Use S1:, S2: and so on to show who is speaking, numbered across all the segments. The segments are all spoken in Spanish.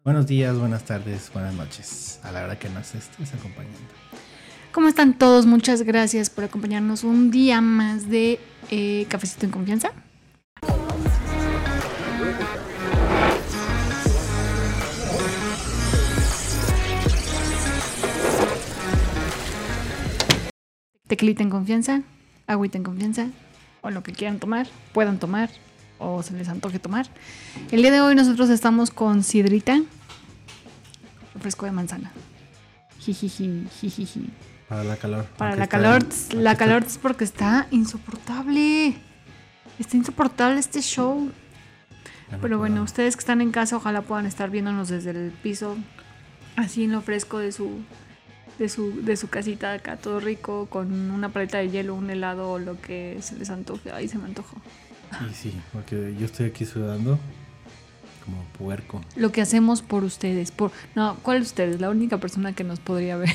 S1: Buenos días, buenas tardes, buenas noches, a la hora que nos estés acompañando.
S2: ¿Cómo están todos? Muchas gracias por acompañarnos un día más de Cafecito en Confianza. Tequilita en confianza, agüita en confianza, o lo que quieran tomar, puedan tomar, o se les antoje tomar. El día de hoy nosotros estamos con sidrita, refresco de manzana. Jijiji, jijiji.
S1: Para la calor.
S2: Para la calor, la calor es porque está insoportable. Está insoportable este show. Pero bueno, ustedes que están en casa, ojalá puedan estar viéndonos desde el piso, así en lo fresco de su casita acá, todo rico, con una paleta de hielo, un helado o lo que se les antoje. Ay, se me antojó.
S1: Sí, porque yo estoy aquí sudando como puerco.
S2: Lo que hacemos por ustedes. No, ¿cuál ustedes? La única persona que nos podría ver.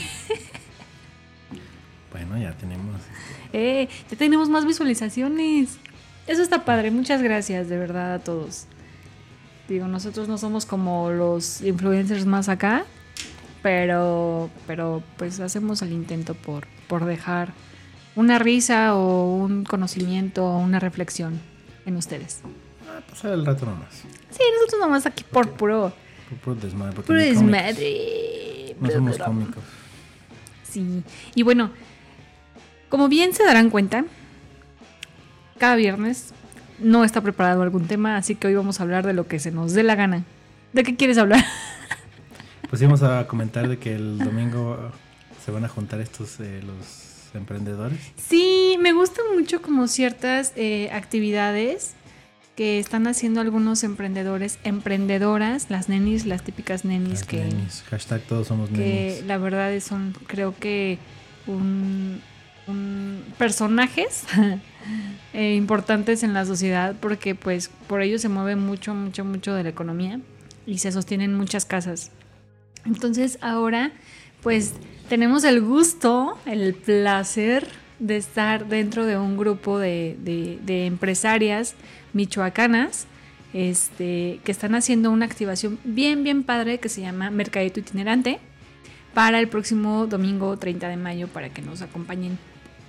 S1: Bueno, ya tenemos.
S2: Ya tenemos más visualizaciones. Eso está padre. Muchas gracias, de verdad, a todos. Digo, nosotros no somos como los influencers más acá, pero pues hacemos el intento por dejar una risa o un conocimiento o una reflexión en ustedes.
S1: Pasar el rato nomás.
S2: Sí, nosotros nomás aquí por puro
S1: desmadre.
S2: Puro desmadre.
S1: No somos cómicos.
S2: Sí, y bueno, como bien se darán cuenta, cada viernes no está preparado algún tema, así que hoy vamos a hablar de lo que se nos dé la gana. ¿De qué quieres hablar?
S1: Pues íbamos a comentar de que el domingo se van a juntar los emprendedores.
S2: Sí, me gustan mucho como ciertas actividades que están haciendo algunos emprendedores, emprendedoras, las nenis, las típicas nenis
S1: Las nenis. Hashtag todos somos nenis.
S2: Que la verdad son, creo que un personajes importantes en la sociedad, porque pues por ellos se mueve mucho de la economía y se sostienen muchas casas. Entonces ahora pues tenemos el gusto, el placer de estar dentro de un grupo de empresarias michoacanas que están haciendo una activación bien padre que se llama Mercadito Itinerante para el próximo domingo 30 de mayo para que nos acompañen.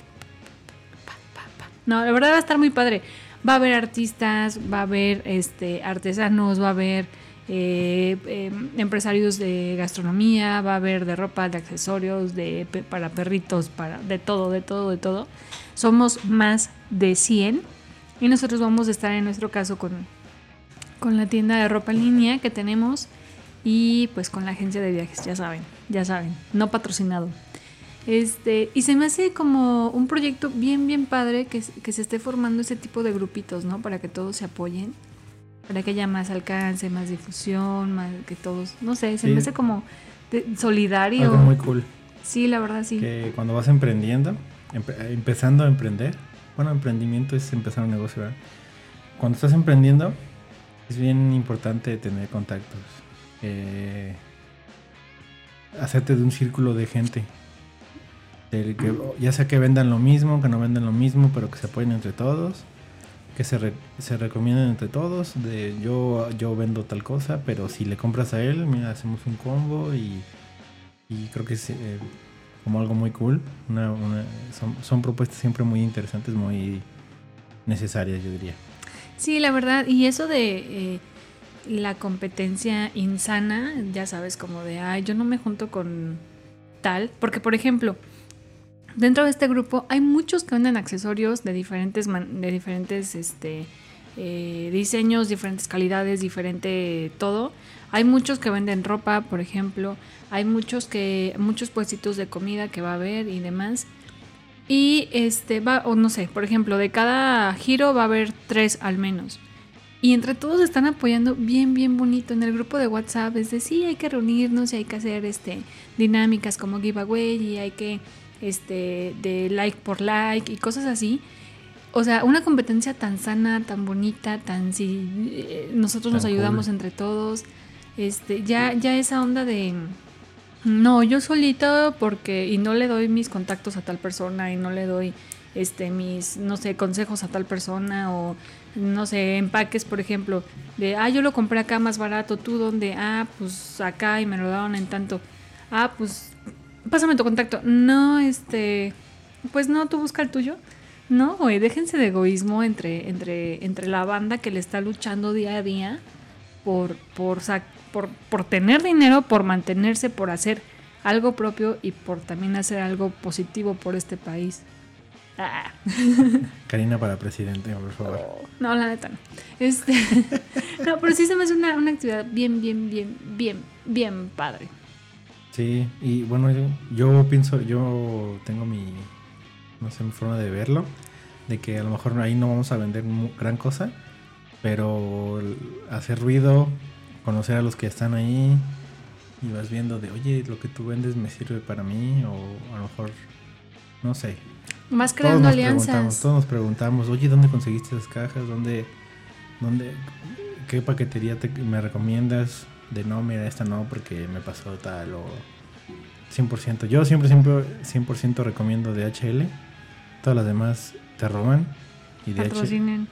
S2: No, la verdad va a estar muy padre. Va a haber artistas, va a haber artesanos, va a haber empresarios de gastronomía, va a haber de ropa, de accesorios, para perritos, de todo. Somos más de 100 y nosotros vamos a estar en nuestro caso con la tienda de ropa en línea que tenemos y pues con la agencia de viajes, ya saben, no patrocinado. Y se me hace como un proyecto bien padre que se esté formando ese tipo de grupitos, ¿no? Para que todos se apoyen, para que haya más alcance, más difusión, más que todos, no sé, se me hace como solidario.
S1: Algo muy cool.
S2: Sí, la verdad sí.
S1: Que cuando vas emprendiendo, empezando a emprender, bueno, emprendimiento es empezar un negocio, ¿verdad? Cuando estás emprendiendo, es bien importante tener contactos, hacerte de un círculo de gente. Ya sea que vendan lo mismo, que no vendan lo mismo, pero que se apoyen entre todos, que se recomienden entre todos, yo vendo tal cosa, pero si le compras a él, mira, hacemos un combo y creo que es como algo muy cool. Son propuestas siempre muy interesantes, muy necesarias, yo diría.
S2: Sí, la verdad, y eso de la competencia insana, ya sabes, como de, yo no me junto con tal, porque por ejemplo, dentro de este grupo hay muchos que venden accesorios de diferentes diseños, diferentes calidades, diferente todo. Hay muchos que venden ropa, por ejemplo. Hay muchos puestitos de comida que va a haber y demás. Y no sé, por ejemplo, de cada giro va a haber 3 al menos. Y entre todos están apoyando bien bonito en el grupo de WhatsApp. Es de sí, hay que reunirnos y hay que hacer dinámicas como giveaway y hay que de like por like y cosas así. O sea, una competencia tan sana, tan bonita, nosotros nos ayudamos entre todos. Ya esa onda de no, yo solito y no le doy mis contactos a tal persona y no le doy mis, no sé, consejos a tal persona o, no sé, empaques, por ejemplo, de, yo lo compré acá más barato, ¿tú dónde? Pues acá y me lo daban en tanto. Pues pásame tu contacto. No, pues no, tú busca el tuyo. No, güey, déjense de egoísmo entre la banda que le está luchando día a día por tener dinero, por mantenerse, por hacer algo propio y por también hacer algo positivo por este país.
S1: Karina para presidente, por favor.
S2: No, la neta no. No, pero sí se me hace una actividad bien, bien, bien, bien, bien padre.
S1: Sí, y bueno, yo pienso, yo tengo mi forma de verlo, de que a lo mejor ahí no vamos a vender gran cosa, pero hacer ruido, conocer a los que están ahí y vas viendo de, oye, lo que tú vendes me sirve para mí, o a lo mejor, no sé.
S2: Más creando alianzas.
S1: Todos nos preguntamos, oye, ¿dónde conseguiste esas cajas? ¿Qué paquetería me recomiendas? De no, mira, esta no, porque me pasó tal, o 100%. Yo siempre 100% recomiendo DHL. Todas las demás te roban. Y
S2: patrocinen.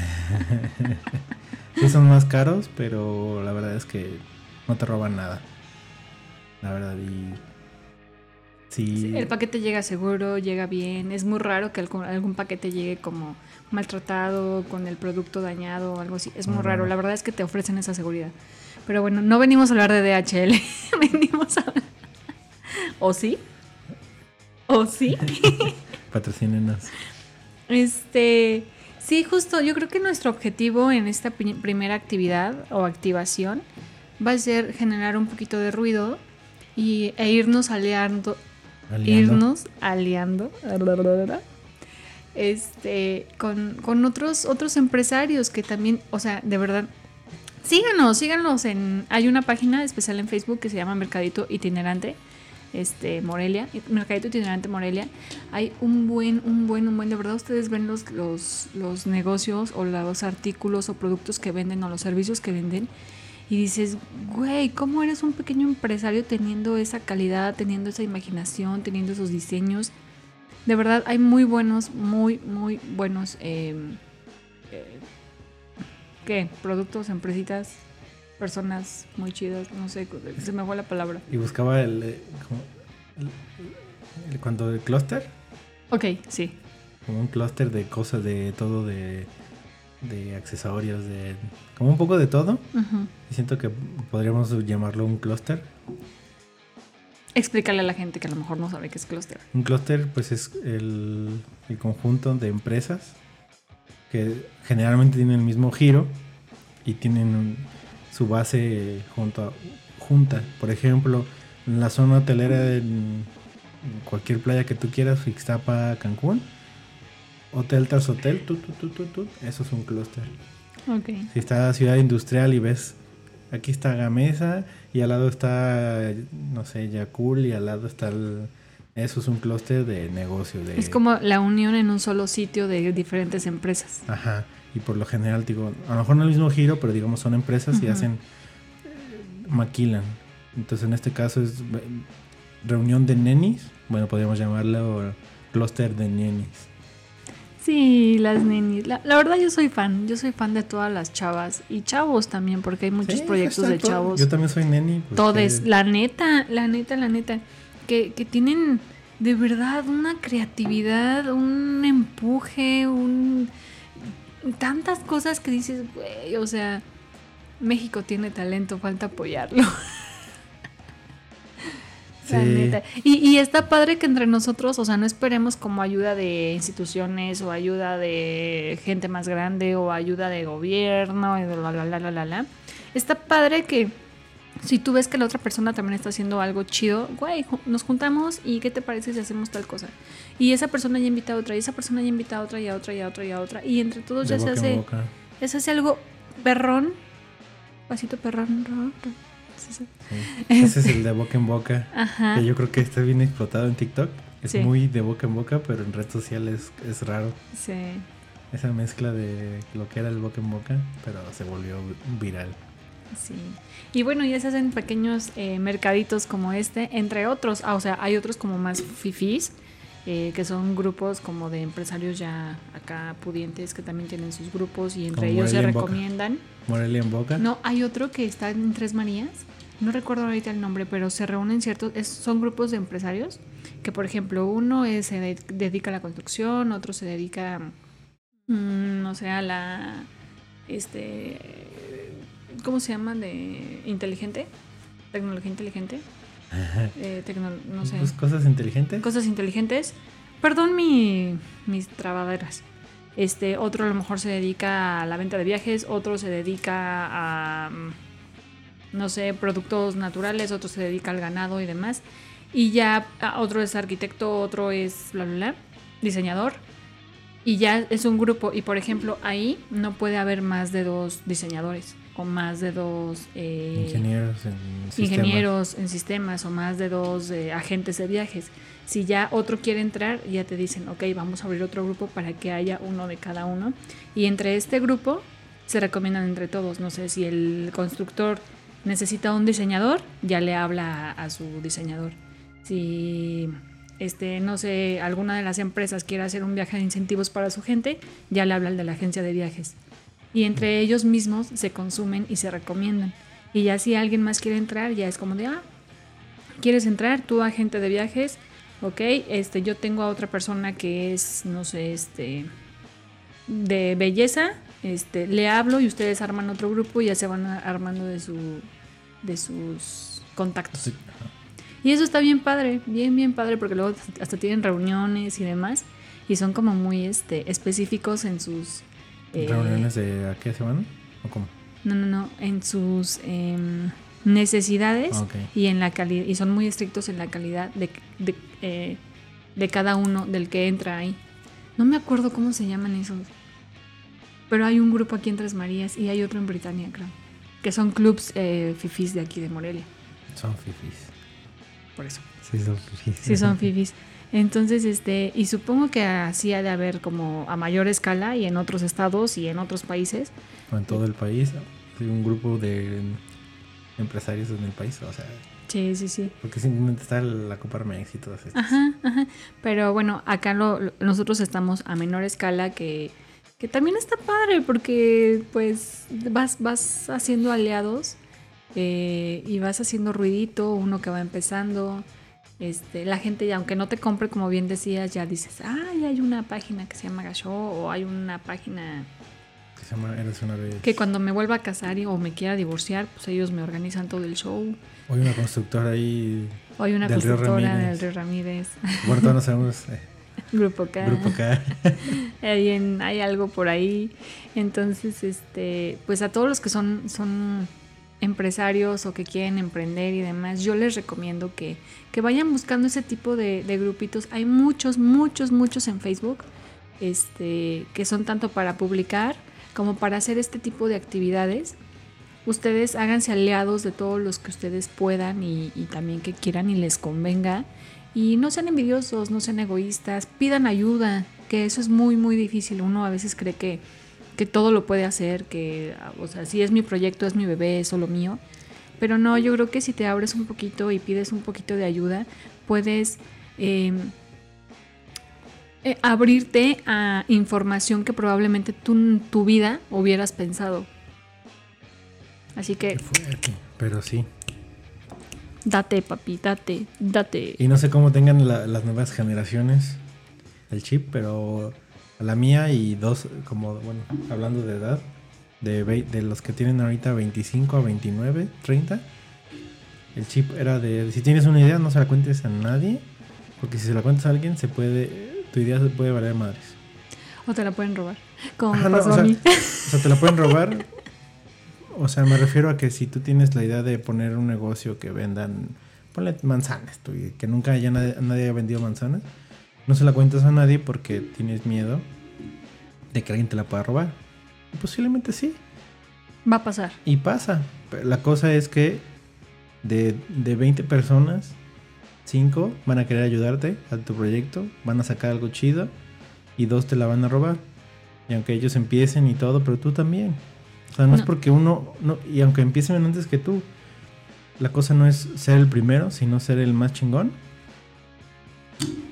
S1: Sí son más caros, pero la verdad es que no te roban nada. La verdad, y sí,
S2: el paquete llega seguro, llega bien. Es muy raro que algún paquete llegue como maltratado, con el producto dañado o algo así. Es muy raro. La verdad es que te ofrecen esa seguridad. Pero bueno, no venimos a hablar de DHL. Venimos a hablar... ¿O sí? ¿O sí?
S1: Patrocínenos.
S2: Sí, justo. Yo creo que nuestro objetivo en esta primera actividad o activación va a ser generar un poquito de ruido e irnos aliando. Con otros empresarios que también, o sea, de verdad, síganos hay una página especial en Facebook que se llama Mercadito Itinerante Morelia, Mercadito Itinerante Morelia. Hay un buen, de verdad ustedes ven los negocios o los artículos o productos que venden o los servicios que venden y dices, güey, ¿cómo eres un pequeño empresario teniendo esa calidad, teniendo esa imaginación, teniendo esos diseños? De verdad, hay muy buenos, muy, muy buenos productos, empresitas, personas muy chidas, no sé, se me fue la palabra.
S1: Y buscaba cuando el clúster.
S2: Ok, sí.
S1: Como un clúster de cosas, de todo, de accesorios, como un poco de todo.
S2: Uh-huh.
S1: Y siento que podríamos llamarlo un clúster.
S2: Explícale a la gente que a lo mejor no sabe qué es clúster.
S1: Un clúster pues es el conjunto de empresas que generalmente tienen el mismo giro y tienen su base junta. Por ejemplo, en la zona hotelera en cualquier playa que tú quieras, Ixtapa, Cancún, hotel tras hotel, eso es un clúster.
S2: Okay.
S1: Si está ciudad industrial y ves, aquí está Gamesa y al lado está, no sé, Yakul y al lado está eso es un clúster de negocio. Es
S2: como la unión en un solo sitio de diferentes empresas.
S1: Ajá, y por lo general, digo, a lo mejor no el mismo giro, pero digamos son empresas uh-huh. y hacen, maquilan. Entonces en este caso es reunión de nenis, bueno, podríamos llamarlo clúster de nenis.
S2: Sí, las nenis. La verdad yo soy fan de todas las chavas y chavos también, porque hay muchos proyectos de chavos.
S1: Yo también soy neni.
S2: Todos, la neta, que tienen de verdad una creatividad, un empuje, tantas cosas que dices, güey, o sea, México tiene talento, falta apoyarlo. Sí. La neta. Y está padre que entre nosotros, o sea, no esperemos como ayuda de instituciones o ayuda de gente más grande o ayuda de gobierno y la. Está padre que si tú ves que la otra persona también está haciendo algo chido, güey, nos juntamos y ¿qué te parece si hacemos tal cosa? Y esa persona ya invita a otra, y esa persona ya invita a otra, y a otra, y a otra, y a otra. Y entre todos ya se hace algo perrón, pasito perrón.
S1: Sí. Ese es el de boca en boca.
S2: Ajá.
S1: Que yo creo que está bien explotado en TikTok. Es
S2: sí.
S1: muy de boca en boca, pero en redes sociales es raro.
S2: Sí.
S1: Esa mezcla de lo que era el boca en boca, pero se volvió viral.
S2: Sí. Y bueno, ya se hacen pequeños mercaditos como entre otros. O sea, hay otros como más fifís, que son grupos como de empresarios ya acá pudientes que también tienen sus grupos y entre
S1: Como
S2: ellos se
S1: Morelia en Boca.
S2: recomiendan.
S1: Morelia en Boca.
S2: No, hay otro que está en Tres Marías, no recuerdo ahorita el nombre, pero se reúnen son grupos de empresarios que, por ejemplo, uno se dedica a la construcción, otro se dedica, no sé, a la, ¿cómo se llama? De inteligente, tecnología inteligente. No sé.
S1: Pues cosas inteligentes.
S2: Cosas inteligentes. Perdón mis trabaderas. Otro a lo mejor se dedica a la venta de viajes, otro se dedica a, no sé, productos naturales, otro se dedica al ganado y demás. Y ya otro es arquitecto, otro es bla, bla, bla, diseñador. Y ya es un grupo. Y por ejemplo, ahí no puede haber más de 2 diseñadores o más de 2 ingenieros en sistemas o más de 2 agentes de viajes. Si ya otro quiere entrar, ya te dicen, ok, vamos a abrir otro grupo para que haya uno de cada uno. Y entre este grupo se recomiendan entre todos. No sé, si el constructor necesita un diseñador, ya le habla a su diseñador. Si no sé, alguna de las empresas quiere hacer un viaje de incentivos para su gente, ya le habla al de la agencia de viajes. Y entre ellos mismos se consumen y se recomiendan. Y ya si alguien más quiere entrar, ya es como de, ¿quieres entrar? Tú, agente de viajes, ok, yo tengo a otra persona que es, no sé, de belleza, le hablo y ustedes arman otro grupo y ya se van armando de sus contactos.
S1: Sí.
S2: Y eso está bien padre, bien padre, porque luego hasta tienen reuniones y demás, y son como muy específicos en sus...
S1: ¿Reuniones de a qué se van? ¿O cómo?
S2: No, en sus necesidades.
S1: Okay.
S2: Y en la calidad, y son muy estrictos en la calidad de cada uno del que entra ahí. No me acuerdo cómo se llaman esos, pero hay un grupo aquí en Tres Marías y hay otro en Britania, creo, que son clubs fifís de aquí de Morelia.
S1: Son fifís.
S2: Por eso.
S1: Sí, son fifís.
S2: Sí, son fifís. Entonces, y supongo que así ha de haber como a mayor escala y en otros estados y en otros países.
S1: O en todo el país. Hay un grupo de empresarios en el país, o sea...
S2: Sí.
S1: Porque simplemente está la Coparmex y todas estas.
S2: Ajá. Pero bueno, acá nosotros estamos a menor escala que también está padre porque pues vas haciendo aliados y vas haciendo ruidito, uno que va empezando. La gente, ya aunque no te compre, como bien decías, ya dices, ya hay una página que se llama Gasho, o hay una página
S1: que se llama Eres una vez.
S2: Que cuando me vuelva a casar o me quiera divorciar, pues ellos me organizan todo el show.
S1: Hoy una constructora ahí.
S2: Hoy una constructora del Río Ramírez.
S1: Bueno, todos no sabemos.
S2: Grupo K.
S1: Grupo K.
S2: Hay algo por ahí. Entonces, pues a todos los que son empresarios o que quieren emprender y demás, yo les recomiendo que vayan buscando ese tipo de grupitos. Hay muchos en Facebook, que son tanto para publicar como para hacer este tipo de actividades. Ustedes háganse aliados de todos los que ustedes puedan y también que quieran y les convenga. Y no sean envidiosos, no sean egoístas, pidan ayuda, que eso es muy, muy difícil. Uno a veces cree que todo lo puede hacer, o sea, si es mi proyecto, es mi bebé, es solo mío. Pero no, yo creo que si te abres un poquito y pides un poquito de ayuda, puedes abrirte a información que probablemente tú en tu vida hubieras pensado. Así que...
S1: Qué fuerte, pero sí.
S2: Date, papi, date.
S1: Y no sé cómo tengan las nuevas generaciones el chip, pero a la mía y dos, como, bueno, hablando de edad, de los que tienen ahorita 25 a 29, 30, el chip era de, si tienes una idea, no se la cuentes a nadie, porque si se la cuentas a alguien, tu idea se puede valer madres.
S2: O te la pueden robar, como me pasó a mí.
S1: O sea, te la pueden robar. O sea, me refiero a que si tú tienes la idea de poner un negocio que vendan, ponle manzanas, que nunca nadie haya vendido manzanas, no se la cuentas a nadie porque tienes miedo de que alguien te la pueda robar. Y posiblemente sí.
S2: Va a pasar.
S1: Y pasa. Pero la cosa es que de 20 personas, 5 van a querer ayudarte a tu proyecto, van a sacar algo chido y 2 te la van a robar. Y aunque ellos empiecen y todo, pero tú también. O sea, no es porque uno, no, y aunque empiecen antes que tú, la cosa no es ser el primero, sino ser el más chingón.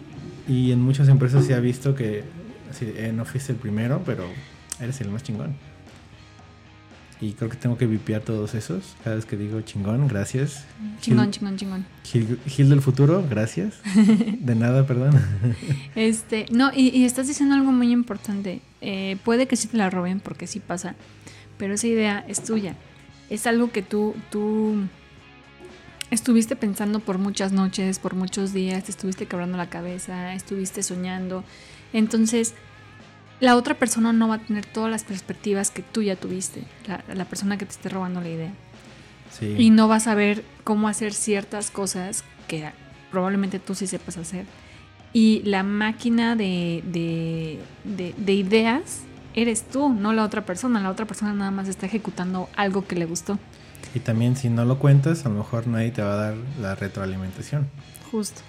S1: Y en muchas empresas se ha visto que así, no fuiste el primero, pero eres el más chingón. Y creo que tengo que vipear todos esos. Cada vez que digo chingón, gracias.
S2: Chingón.
S1: Gil del futuro, gracias. De nada, perdón.
S2: No, y estás diciendo algo muy importante. Puede que sí te la roben, porque sí pasa. Pero esa idea es tuya. Es algo que tú estuviste pensando por muchas noches, por muchos días, te estuviste quebrando la cabeza, estuviste soñando. Entonces, la otra persona no va a tener todas las perspectivas que tú ya tuviste, la persona que te esté robando la idea.
S1: Sí.
S2: Y no va a saber cómo hacer ciertas cosas que probablemente tú sí sepas hacer. Y la máquina de ideas eres tú, no la otra persona. La otra persona nada más está ejecutando algo que le gustó.
S1: Y también si no lo cuentas, a lo mejor nadie te va a dar la retroalimentación.
S2: Justo.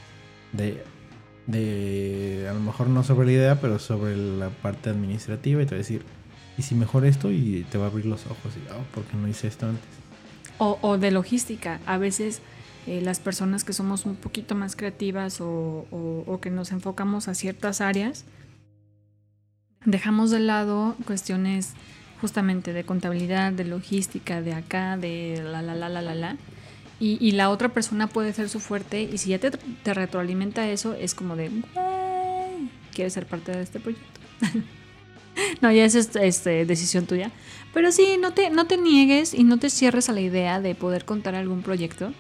S1: A lo mejor no sobre la idea, pero sobre la parte administrativa, y te va a decir, ¿y si mejor esto? Y te va a abrir los ojos y, ¿por qué no hice esto antes?
S2: O de logística. A veces las personas que somos un poquito más creativas o que nos enfocamos a ciertas áreas, dejamos de lado cuestiones justamente de contabilidad, de logística, de acá, de la. Y la otra persona puede ser su fuerte, y si ya te retroalimenta eso, es como de, ¿quieres ser parte de este proyecto? No, ya es decisión tuya. Pero sí, no te niegues y no te cierres a la idea de poder contar algún proyecto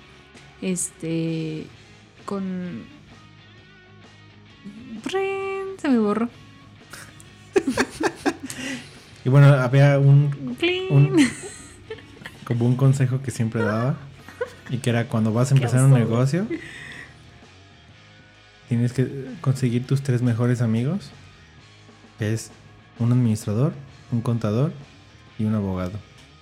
S2: con... Se me borró.
S1: Y bueno, había como un consejo que siempre daba, y que era: cuando vas a empezar un negocio, tienes que conseguir tus 3 mejores amigos, que es un administrador, un contador y un abogado.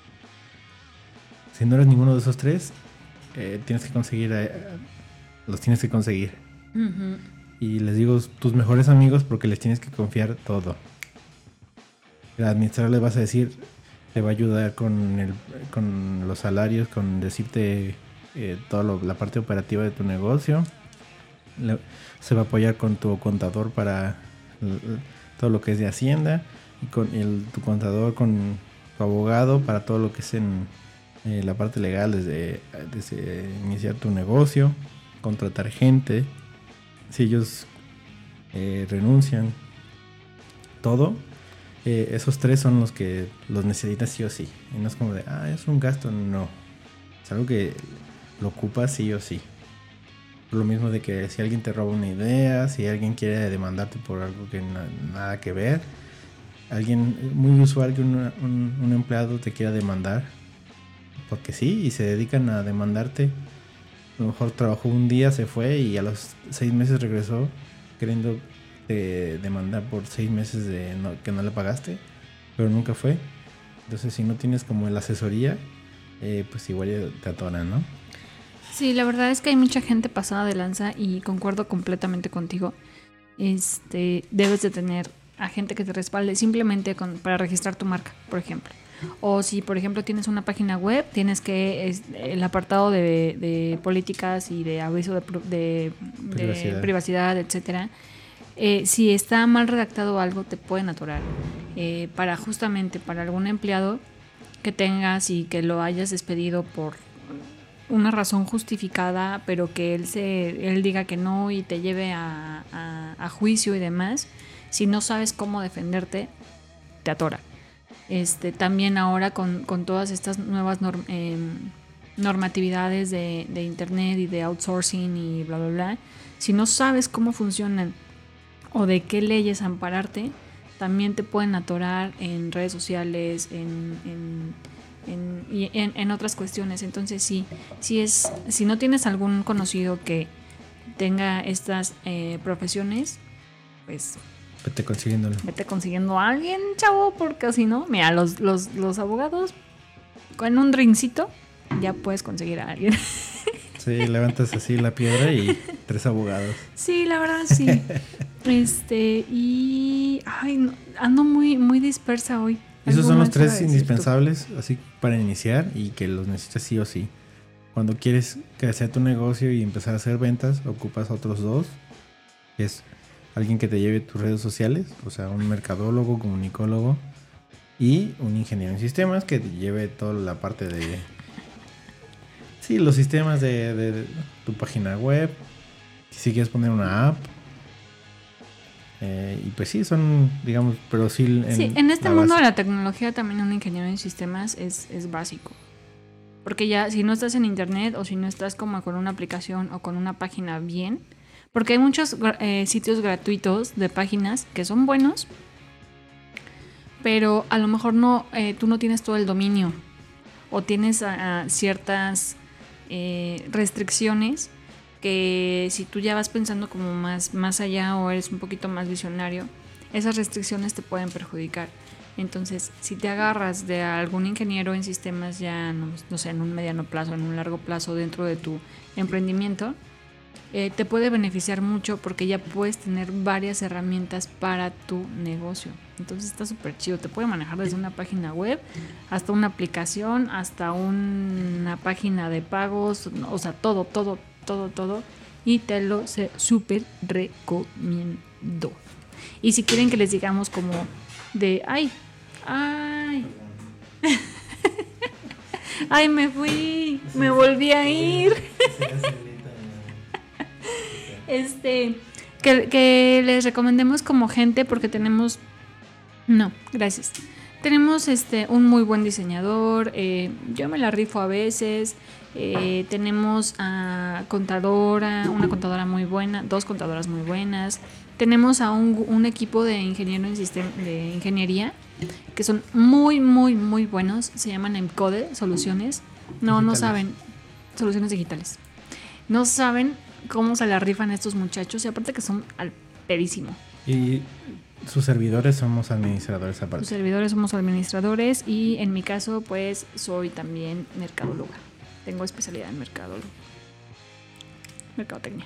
S1: Si no eres ninguno de esos 3, tienes que conseguir los tienes que conseguir.
S2: Uh-huh.
S1: Y les digo tus mejores amigos porque les tienes que confiar todo. El administrador le vas a decir, te va a ayudar con los salarios, con decirte toda la parte operativa de tu negocio. Se va a apoyar con tu contador para todo lo que es de Hacienda, y con tu contador, con tu abogado para todo lo que es en la parte legal, desde iniciar tu negocio, contratar gente, si ellos renuncian, todo. Esos 3 son los que los necesitas sí o sí. Y no es como de, es un gasto, no. Es algo que lo ocupas sí o sí. Por lo mismo de que si alguien te roba una idea, si alguien quiere demandarte por algo que nada que ver, alguien muy usual que un empleado te quiera demandar porque sí, y se dedican a demandarte. A lo mejor trabajó un día, se fue, y a los 6 meses regresó queriendo demandar por 6 meses que no le pagaste, pero nunca fue. Entonces, si no tienes como la asesoría, pues igual ya te atoran, ¿no?
S2: Sí, la verdad es que hay mucha gente pasada de lanza, y concuerdo completamente contigo. Debes de tener a gente que te respalde simplemente para registrar tu marca, por ejemplo. O si, por ejemplo, tienes una página web, tienes que el apartado de políticas y de aviso de privacidad, etcétera. Si está mal redactado algo, te pueden atorar. Justamente para algún empleado que tengas y que lo hayas despedido por una razón justificada, pero que él diga que no y te lleve a juicio y demás, si no sabes cómo defenderte, te atora. También ahora con todas estas nuevas normatividades de internet y de outsourcing y bla, bla, bla, si no sabes cómo funcionan o de qué leyes ampararte, también te pueden atorar en redes sociales, y en otras cuestiones. Entonces si no tienes algún conocido que tenga estas profesiones, pues
S1: vete
S2: consiguiendo a alguien, chavo, porque si no, mira, los abogados con un drinkcito ya puedes conseguir a alguien.
S1: Sí, levantas así la piedra y 3 abogados.
S2: Sí, la verdad sí. No, ando muy, muy dispersa hoy.
S1: Esos son los 3 indispensables, así para iniciar, y que los necesitas sí o sí. Cuando quieres crecer tu negocio y empezar a hacer ventas, ocupas otros 2, que es alguien que te lleve tus redes sociales, o sea, un mercadólogo, comunicólogo y un ingeniero en sistemas que te lleve toda la parte de... Sí, los sistemas de tu página web, si quieres poner una app. Y pues sí, son, digamos, pero sí...
S2: En este mundo de la tecnología también un ingeniero en sistemas es básico. Porque ya si no estás en internet o si no estás como con una aplicación o con una página bien, porque hay muchos sitios gratuitos de páginas que son buenos, pero a lo mejor no, tú no tienes todo el dominio o tienes ciertas restricciones que si tú ya vas pensando como más allá o eres un poquito más visionario, esas restricciones te pueden perjudicar. Entonces, si te agarras de algún ingeniero en sistemas ya, no sé, en un mediano plazo, en un largo plazo dentro de tu emprendimiento, te puede beneficiar mucho porque ya puedes tener varias herramientas para tu negocio. Entonces está súper chido. Te puede manejar desde una página web hasta una aplicación, hasta una página de pagos, o sea, todo. Y te lo súper recomiendo. Y si quieren que les digamos como de, ay, ay, me fui, me volví a ir. Que les recomendemos como gente porque tenemos, no, gracias. Tenemos un muy buen diseñador, yo me la rifo a veces, tenemos a una contadora muy buena, 2 contadoras muy buenas. Tenemos a un equipo de de ingeniería que son muy, muy, muy buenos. Se llaman Encode Soluciones. No saben, soluciones digitales. No saben cómo se la rifan estos muchachos y aparte que son al pedísimo.
S1: Y sus servidores somos administradores aparte.
S2: Sus servidores somos administradores y en mi caso pues soy también mercadóloga. Tengo especialidad en mercadotecnia.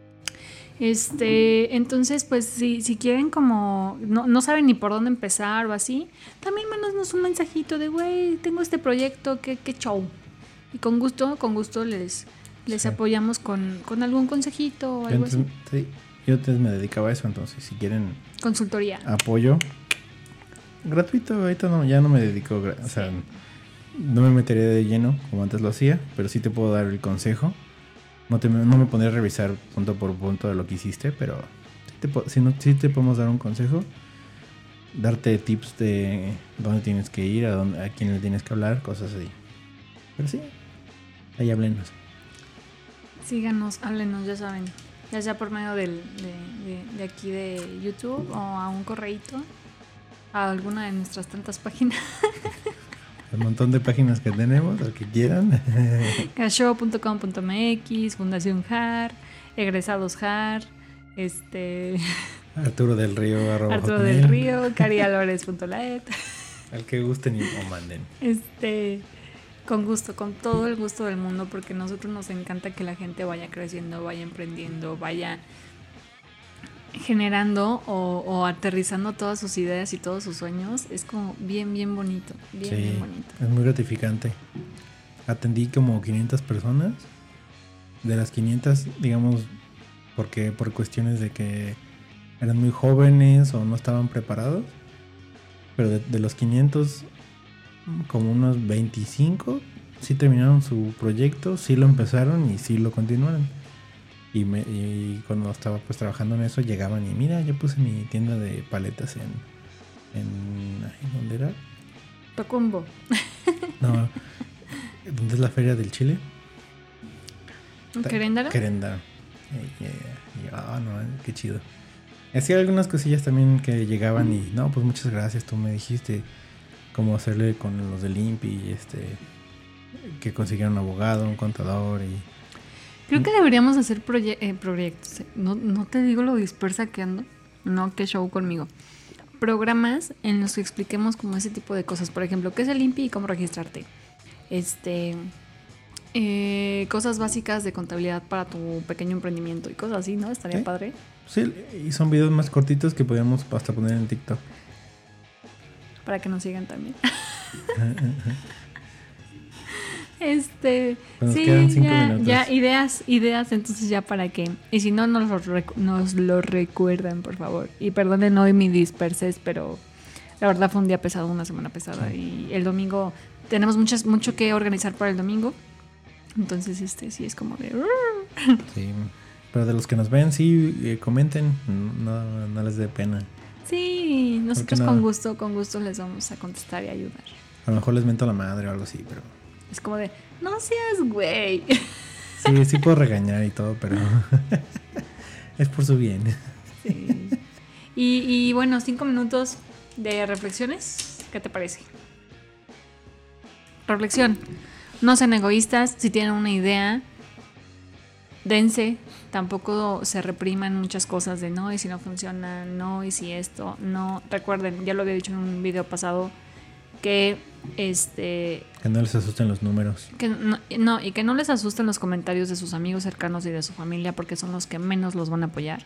S2: Entonces, pues si quieren como no saben ni por dónde empezar o así, también mándanos un mensajito de güey, tengo este proyecto, qué show. Y con gusto les sí. Apoyamos con algún consejito o algo así.
S1: Sí, yo antes me dedicaba a eso, entonces si quieren
S2: consultoría,
S1: apoyo gratuito, ahorita ya no me dedico, o sea, no me meteré de lleno como antes lo hacía, pero sí te puedo dar el consejo. No me pondré a revisar punto por punto de lo que hiciste, pero sí te podemos dar un consejo, darte tips de dónde tienes que ir, a quién le tienes que hablar, cosas así. Pero sí, ahí háblenos.
S2: Síganos, háblenos, ya saben, ya sea por medio de aquí de YouTube o a un correíto, a alguna de nuestras tantas páginas.
S1: El montón de páginas que tenemos, al que quieran.
S2: Cashow.com.mx, Fundación JAR, Egresados JAR,
S1: Arturo del Río,
S2: Arturo del Río, carialores.laet.
S1: Al que gusten o manden.
S2: Con gusto, con todo el gusto del mundo, porque a nosotros nos encanta que la gente vaya creciendo, vaya emprendiendo, vaya generando o aterrizando todas sus ideas y todos sus sueños. Es como bien bonito, bien bonito.
S1: Es muy gratificante. Atendí como 500 personas. De las 500, digamos, porque por cuestiones de que eran muy jóvenes o no estaban preparados. Pero de los 500, como unos 25 sí terminaron su proyecto, sí lo empezaron y sí lo continuaron. Y cuando estaba pues trabajando en eso, llegaban y mira, yo puse mi tienda de paletas ¿dónde era?
S2: Tocumbo.
S1: No, ¿dónde es la feria del Chile?
S2: ¿Queréndaro?
S1: Queréndaro. No, qué chido. Hacía algunas cosillas también que llegaban y no, pues muchas gracias, tú me dijiste cómo hacerle con los del INPI, que consiguieran un abogado, un contador y...
S2: Creo que deberíamos hacer proyectos. No te digo lo dispersa que ando. No, qué show conmigo. Programas en los que expliquemos como ese tipo de cosas. Por ejemplo, ¿qué es el INPI y cómo registrarte? Cosas básicas de contabilidad para tu pequeño emprendimiento y cosas así, ¿no? Estaría padre.
S1: Sí, y son videos más cortitos que podríamos hasta poner en TikTok.
S2: Para que nos sigan también.
S1: Nos
S2: Sí,
S1: quedan 5
S2: ya,
S1: minutos.
S2: ya, ideas, entonces ya para qué. Y si no, nos lo recuerdan, por favor. Y perdonen hoy mi disperses, pero la verdad fue un día pesado, una semana pesada.
S1: Sí.
S2: Y el domingo tenemos mucho que organizar para el domingo. Entonces, sí es como de...
S1: Sí. Pero de los que nos ven, sí, comenten. No les dé pena.
S2: Sí, nosotros
S1: no?
S2: con gusto les vamos a contestar y ayudar.
S1: A lo mejor les mento la madre o algo así, pero...
S2: Es como de, no seas güey.
S1: Sí puedo regañar y todo, pero... es por su bien.
S2: Sí. Y bueno, 5 minutos de reflexiones. ¿Qué te parece? Reflexión. No sean egoístas. Si tienen una idea, dense. Tampoco se repriman muchas cosas de no, y si no funciona, no, y si esto, no. Recuerden, ya lo había dicho en un video pasado, que
S1: Que no les asusten los números.
S2: y que no les asusten los comentarios de sus amigos cercanos y de su familia, porque son los que menos los van a apoyar.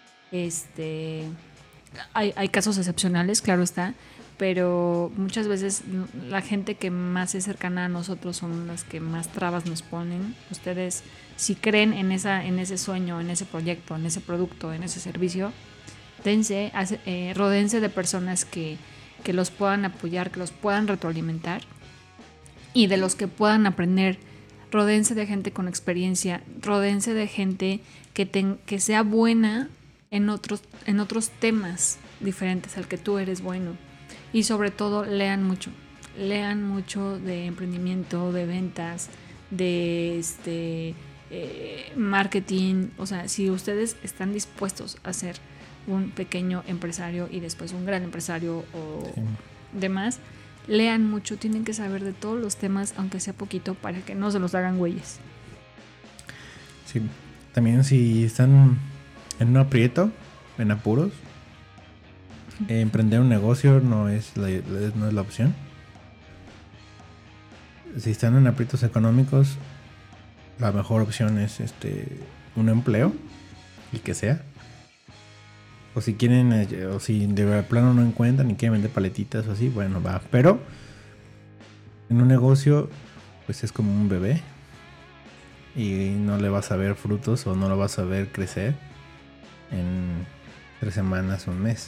S2: Hay casos excepcionales, claro está, pero muchas veces la gente que más es cercana a nosotros son las que más trabas nos ponen. Ustedes, si creen en ese sueño, en ese proyecto, en ese producto, en ese servicio, rodéense de personas que los puedan apoyar, que los puedan retroalimentar y de los que puedan aprender. Rodéense de gente con experiencia, rodéense de gente que sea buena en otros temas diferentes al que tú eres bueno. Y sobre todo, lean mucho de emprendimiento, de ventas, de marketing. O sea, si ustedes están dispuestos a ser un pequeño empresario y después un gran empresario o demás, lean mucho, tienen que saber de todos los temas, aunque sea poquito, para que no se los hagan güeyes.
S1: Sí, también si están en un aprieto, en apuros, emprender un negocio no es la opción. Si están en aprietos económicos, la mejor opción es un empleo, el que sea. O si quieren, o si de plano no encuentran y quieren vender paletitas o así, bueno, va. Pero en un negocio, pues es como un bebé y no le vas a ver frutos o no lo vas a ver crecer en 3 semanas o un mes.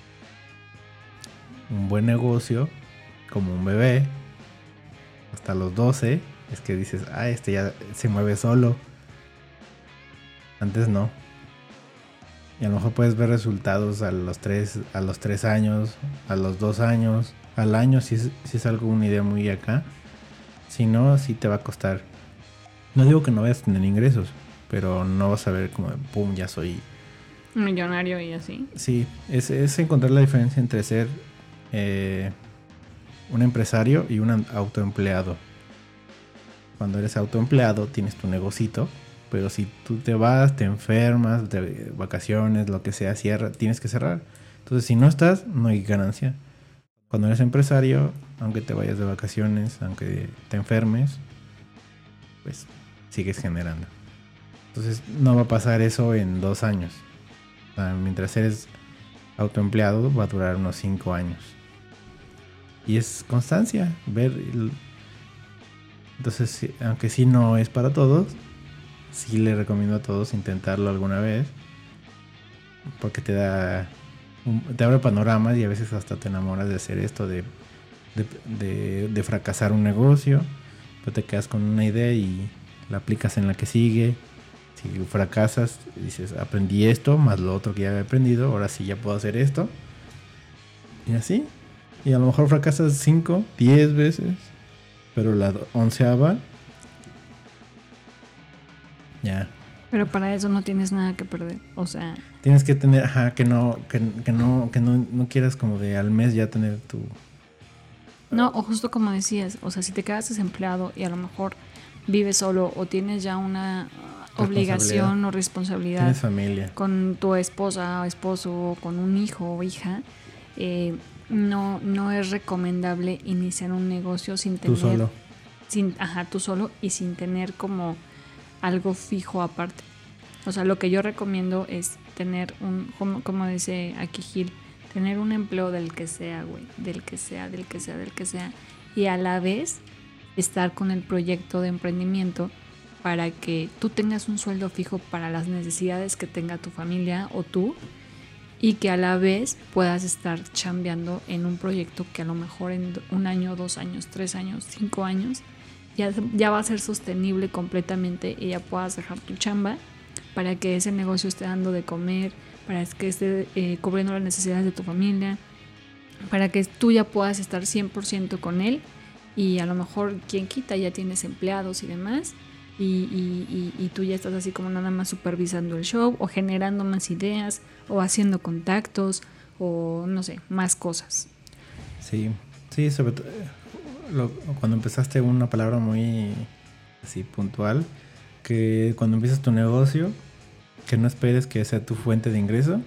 S1: Un buen negocio, como un bebé, hasta los 12, es que dices, ya se mueve solo. Antes no. Y a lo mejor puedes ver resultados a los 3 años, a los 2 años, al año, si es algo, una idea muy acá. Si no, sí te va a costar. No digo que no vayas a tener ingresos, pero no vas a ver como, pum, ya soy
S2: millonario y así.
S1: Sí, es encontrar la diferencia entre ser un empresario y un autoempleado. Cuando eres autoempleado tienes tu negocito, pero si tú te vas, te enfermas, de vacaciones, lo que sea, tienes que cerrar. Entonces, si no estás, no hay ganancia. Cuando eres empresario, aunque te vayas de vacaciones, aunque te enfermes, pues sigues generando. Entonces, no va a pasar eso en 2 años. O sea, mientras eres autoempleado, va a durar unos 5 años. Y es constancia, Entonces, aunque sí no es para todos, sí le recomiendo a todos intentarlo alguna vez, porque te abre panoramas y a veces hasta te enamoras de hacer esto, de fracasar un negocio, pero te quedas con una idea y la aplicas en la que sigue. Si fracasas, dices, aprendí esto, más lo otro que ya había aprendido, ahora sí ya puedo hacer esto. Y así. Y a lo mejor fracasas 5, 10 veces, pero la 11ª ya.
S2: Pero para eso no tienes nada que perder. O sea,
S1: tienes que tener, que no quieras como de al mes ya tener tu...
S2: No, o justo como decías, o sea, si te quedas desempleado y a lo mejor vives solo o tienes ya una obligación o responsabilidad,
S1: tienes familia,
S2: con tu esposa o esposo, con un hijo o hija, no es recomendable iniciar un negocio sin tener...
S1: Tú solo.
S2: Tú solo y sin tener como algo fijo aparte. O sea, lo que yo recomiendo es tener como dice aquí Gil, tener un empleo del que sea, güey, del que sea, y a la vez estar con el proyecto de emprendimiento para que tú tengas un sueldo fijo para las necesidades que tenga tu familia o tú, y que a la vez puedas estar chambeando en un proyecto que a lo mejor en 1 año, 2 años, 3 años, 5 años ya va a ser sostenible completamente y ya puedas dejar tu chamba para que ese negocio esté dando de comer, para que esté cubriendo las necesidades de tu familia, para que tú ya puedas estar 100% con él, y a lo mejor quien quita ya tienes empleados y demás, y tú ya estás así como nada más supervisando el show o generando más ideas o haciendo contactos o no sé, más cosas.
S1: Sí, sí, sobre todo cuando empezaste una palabra muy así puntual, que cuando empiezas tu negocio, que no esperes que sea tu fuente de ingreso.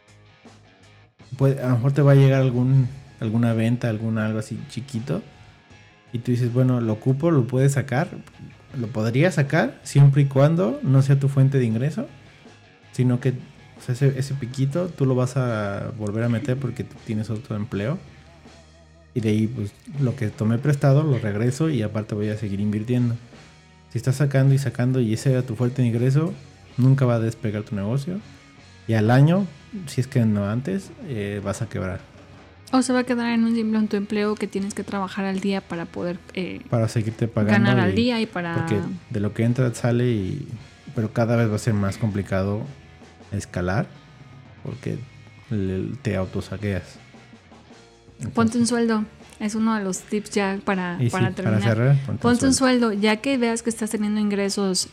S1: A lo mejor te va a llegar alguna venta, algo así chiquito, y tú dices, bueno, lo ocupo, lo puedes sacar, lo podrías sacar siempre y cuando no sea tu fuente de ingreso, sino que, o sea, ese piquito tú lo vas a volver a meter porque tú tienes otro empleo, y de ahí pues lo que tomé prestado lo regreso y aparte voy a seguir invirtiendo. Si estás sacando y sacando y ese era tu fuente de ingreso, nunca va a despegar tu negocio, y al año, si es que no antes, vas a quebrar.
S2: O se va a quedar en un simple empleo que tienes que trabajar al día para poder
S1: para seguirte pagando,
S2: ganar al día, y para...
S1: Porque de lo que entra sale, pero cada vez va a ser más complicado escalar porque te autosaqueas.
S2: Ponte un sueldo. Es uno de los tips ya para terminar.
S1: Para cerrar,
S2: ponte un sueldo. Ya que veas que estás teniendo ingresos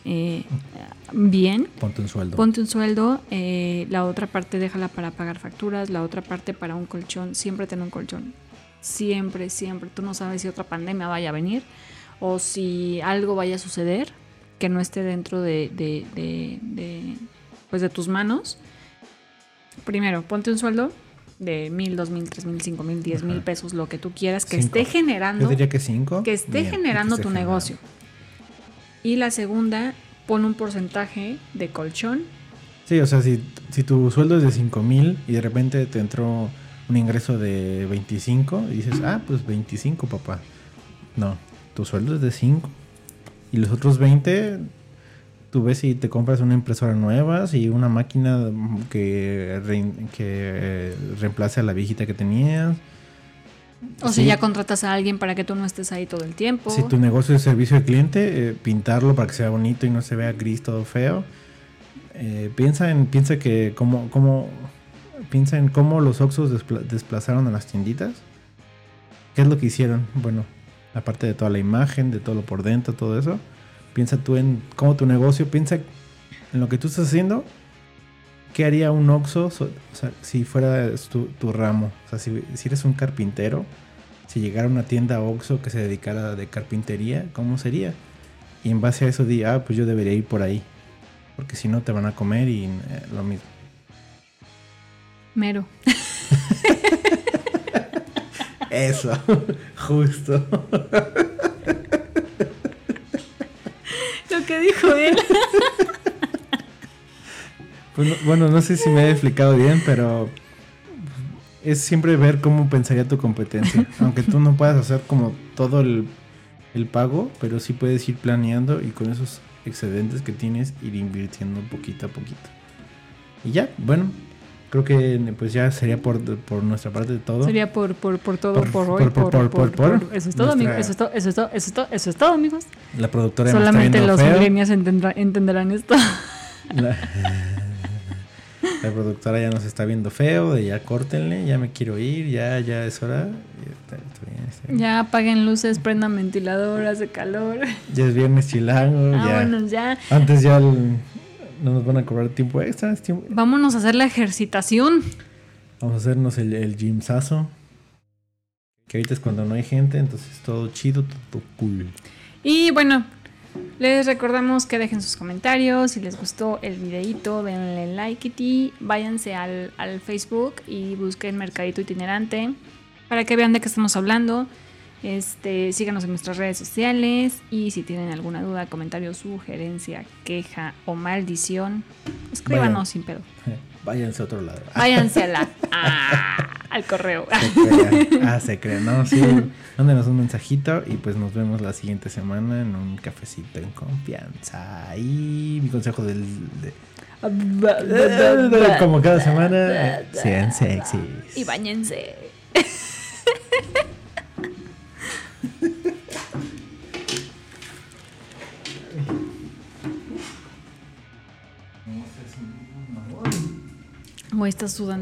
S2: bien,
S1: ponte un sueldo.
S2: Ponte un sueldo. La otra parte déjala para pagar facturas. La otra parte para un colchón. Siempre ten un colchón. Siempre, siempre. Tú no sabes si otra pandemia vaya a venir o si algo vaya a suceder que no esté dentro de tus manos. Primero, ponte un sueldo de 1,000, 2,000, 3,000, 5,000, 10,000 pesos, lo que tú quieras, que esté generando.
S1: Yo diría que 5.
S2: Que esté generando tu negocio. Y la segunda, pon un porcentaje de colchón.
S1: Sí, o sea, si tu sueldo es de 5,000 y de repente te entró un ingreso de 25 y dices, pues 25, papá. No, tu sueldo es de 5 y los otros 20 tú ves si te compras una impresora nueva, si una máquina que reemplace a la viejita que tenías.
S2: O si ya contratas a alguien para que tú no estés ahí todo el tiempo.
S1: Si tu negocio es servicio al cliente, pintarlo para que sea bonito y no se vea gris todo feo. Piensa en cómo los Oxxos desplazaron a las tienditas. ¿Qué es lo que hicieron? Bueno, aparte de toda la imagen, de todo lo por dentro, todo eso. Piensa tú en cómo tu negocio, piensa en lo que tú estás haciendo. ¿Qué haría un Oxxo? O sea, si fuera tu ramo. O sea, si eres un carpintero, si llegara una tienda Oxxo que se dedicara de carpintería, ¿cómo sería? Y en base a eso di, pues yo debería ir por ahí. Porque si no te van a comer y lo mismo.
S2: Mero.
S1: Eso, justo.
S2: Lo que dijo él.
S1: Pues, bueno, no sé si me he explicado bien, pero es siempre ver cómo pensaría tu competencia. Aunque tú no puedas hacer como todo el pago, pero sí puedes ir planeando y con esos excedentes que tienes ir invirtiendo poquito a poquito. Y ya, bueno, creo que pues ya sería por nuestra parte de todo.
S2: Sería por todo, por hoy. Eso es todo, amigos. Eso es todo, amigos.
S1: La productora
S2: solamente los millennials entenderán esto.
S1: La productora ya nos está viendo feo, de ya córtenle, ya me quiero ir, ya es hora. Está bien.
S2: Ya apaguen luces, prendan ventilador, hace calor.
S1: Ya es viernes chilango.
S2: Vámonos ya.
S1: Antes ya no nos van a cobrar tiempo extra.
S2: Vámonos a hacer la ejercitación.
S1: Vamos a hacernos el gymsazo. Que ahorita es cuando no hay gente, entonces todo chido, todo cool.
S2: Y bueno, les recordamos que dejen sus comentarios. Si les gustó el videito, denle like y váyanse al Facebook y busquen Mercadito Itinerante para que vean de qué estamos hablando. Síganos en nuestras redes sociales y si tienen alguna duda, comentario, sugerencia, queja o maldición, escríbanos sin pedo.
S1: Váyanse a otro lado.
S2: Váyanse a la... Al correo.
S1: Se crea. No, sí. Mándenos un mensajito y pues nos vemos la siguiente semana en un cafecito en confianza. Y mi consejo como cada semana, sean sexys.
S2: Y bañense. Muy estás sudando.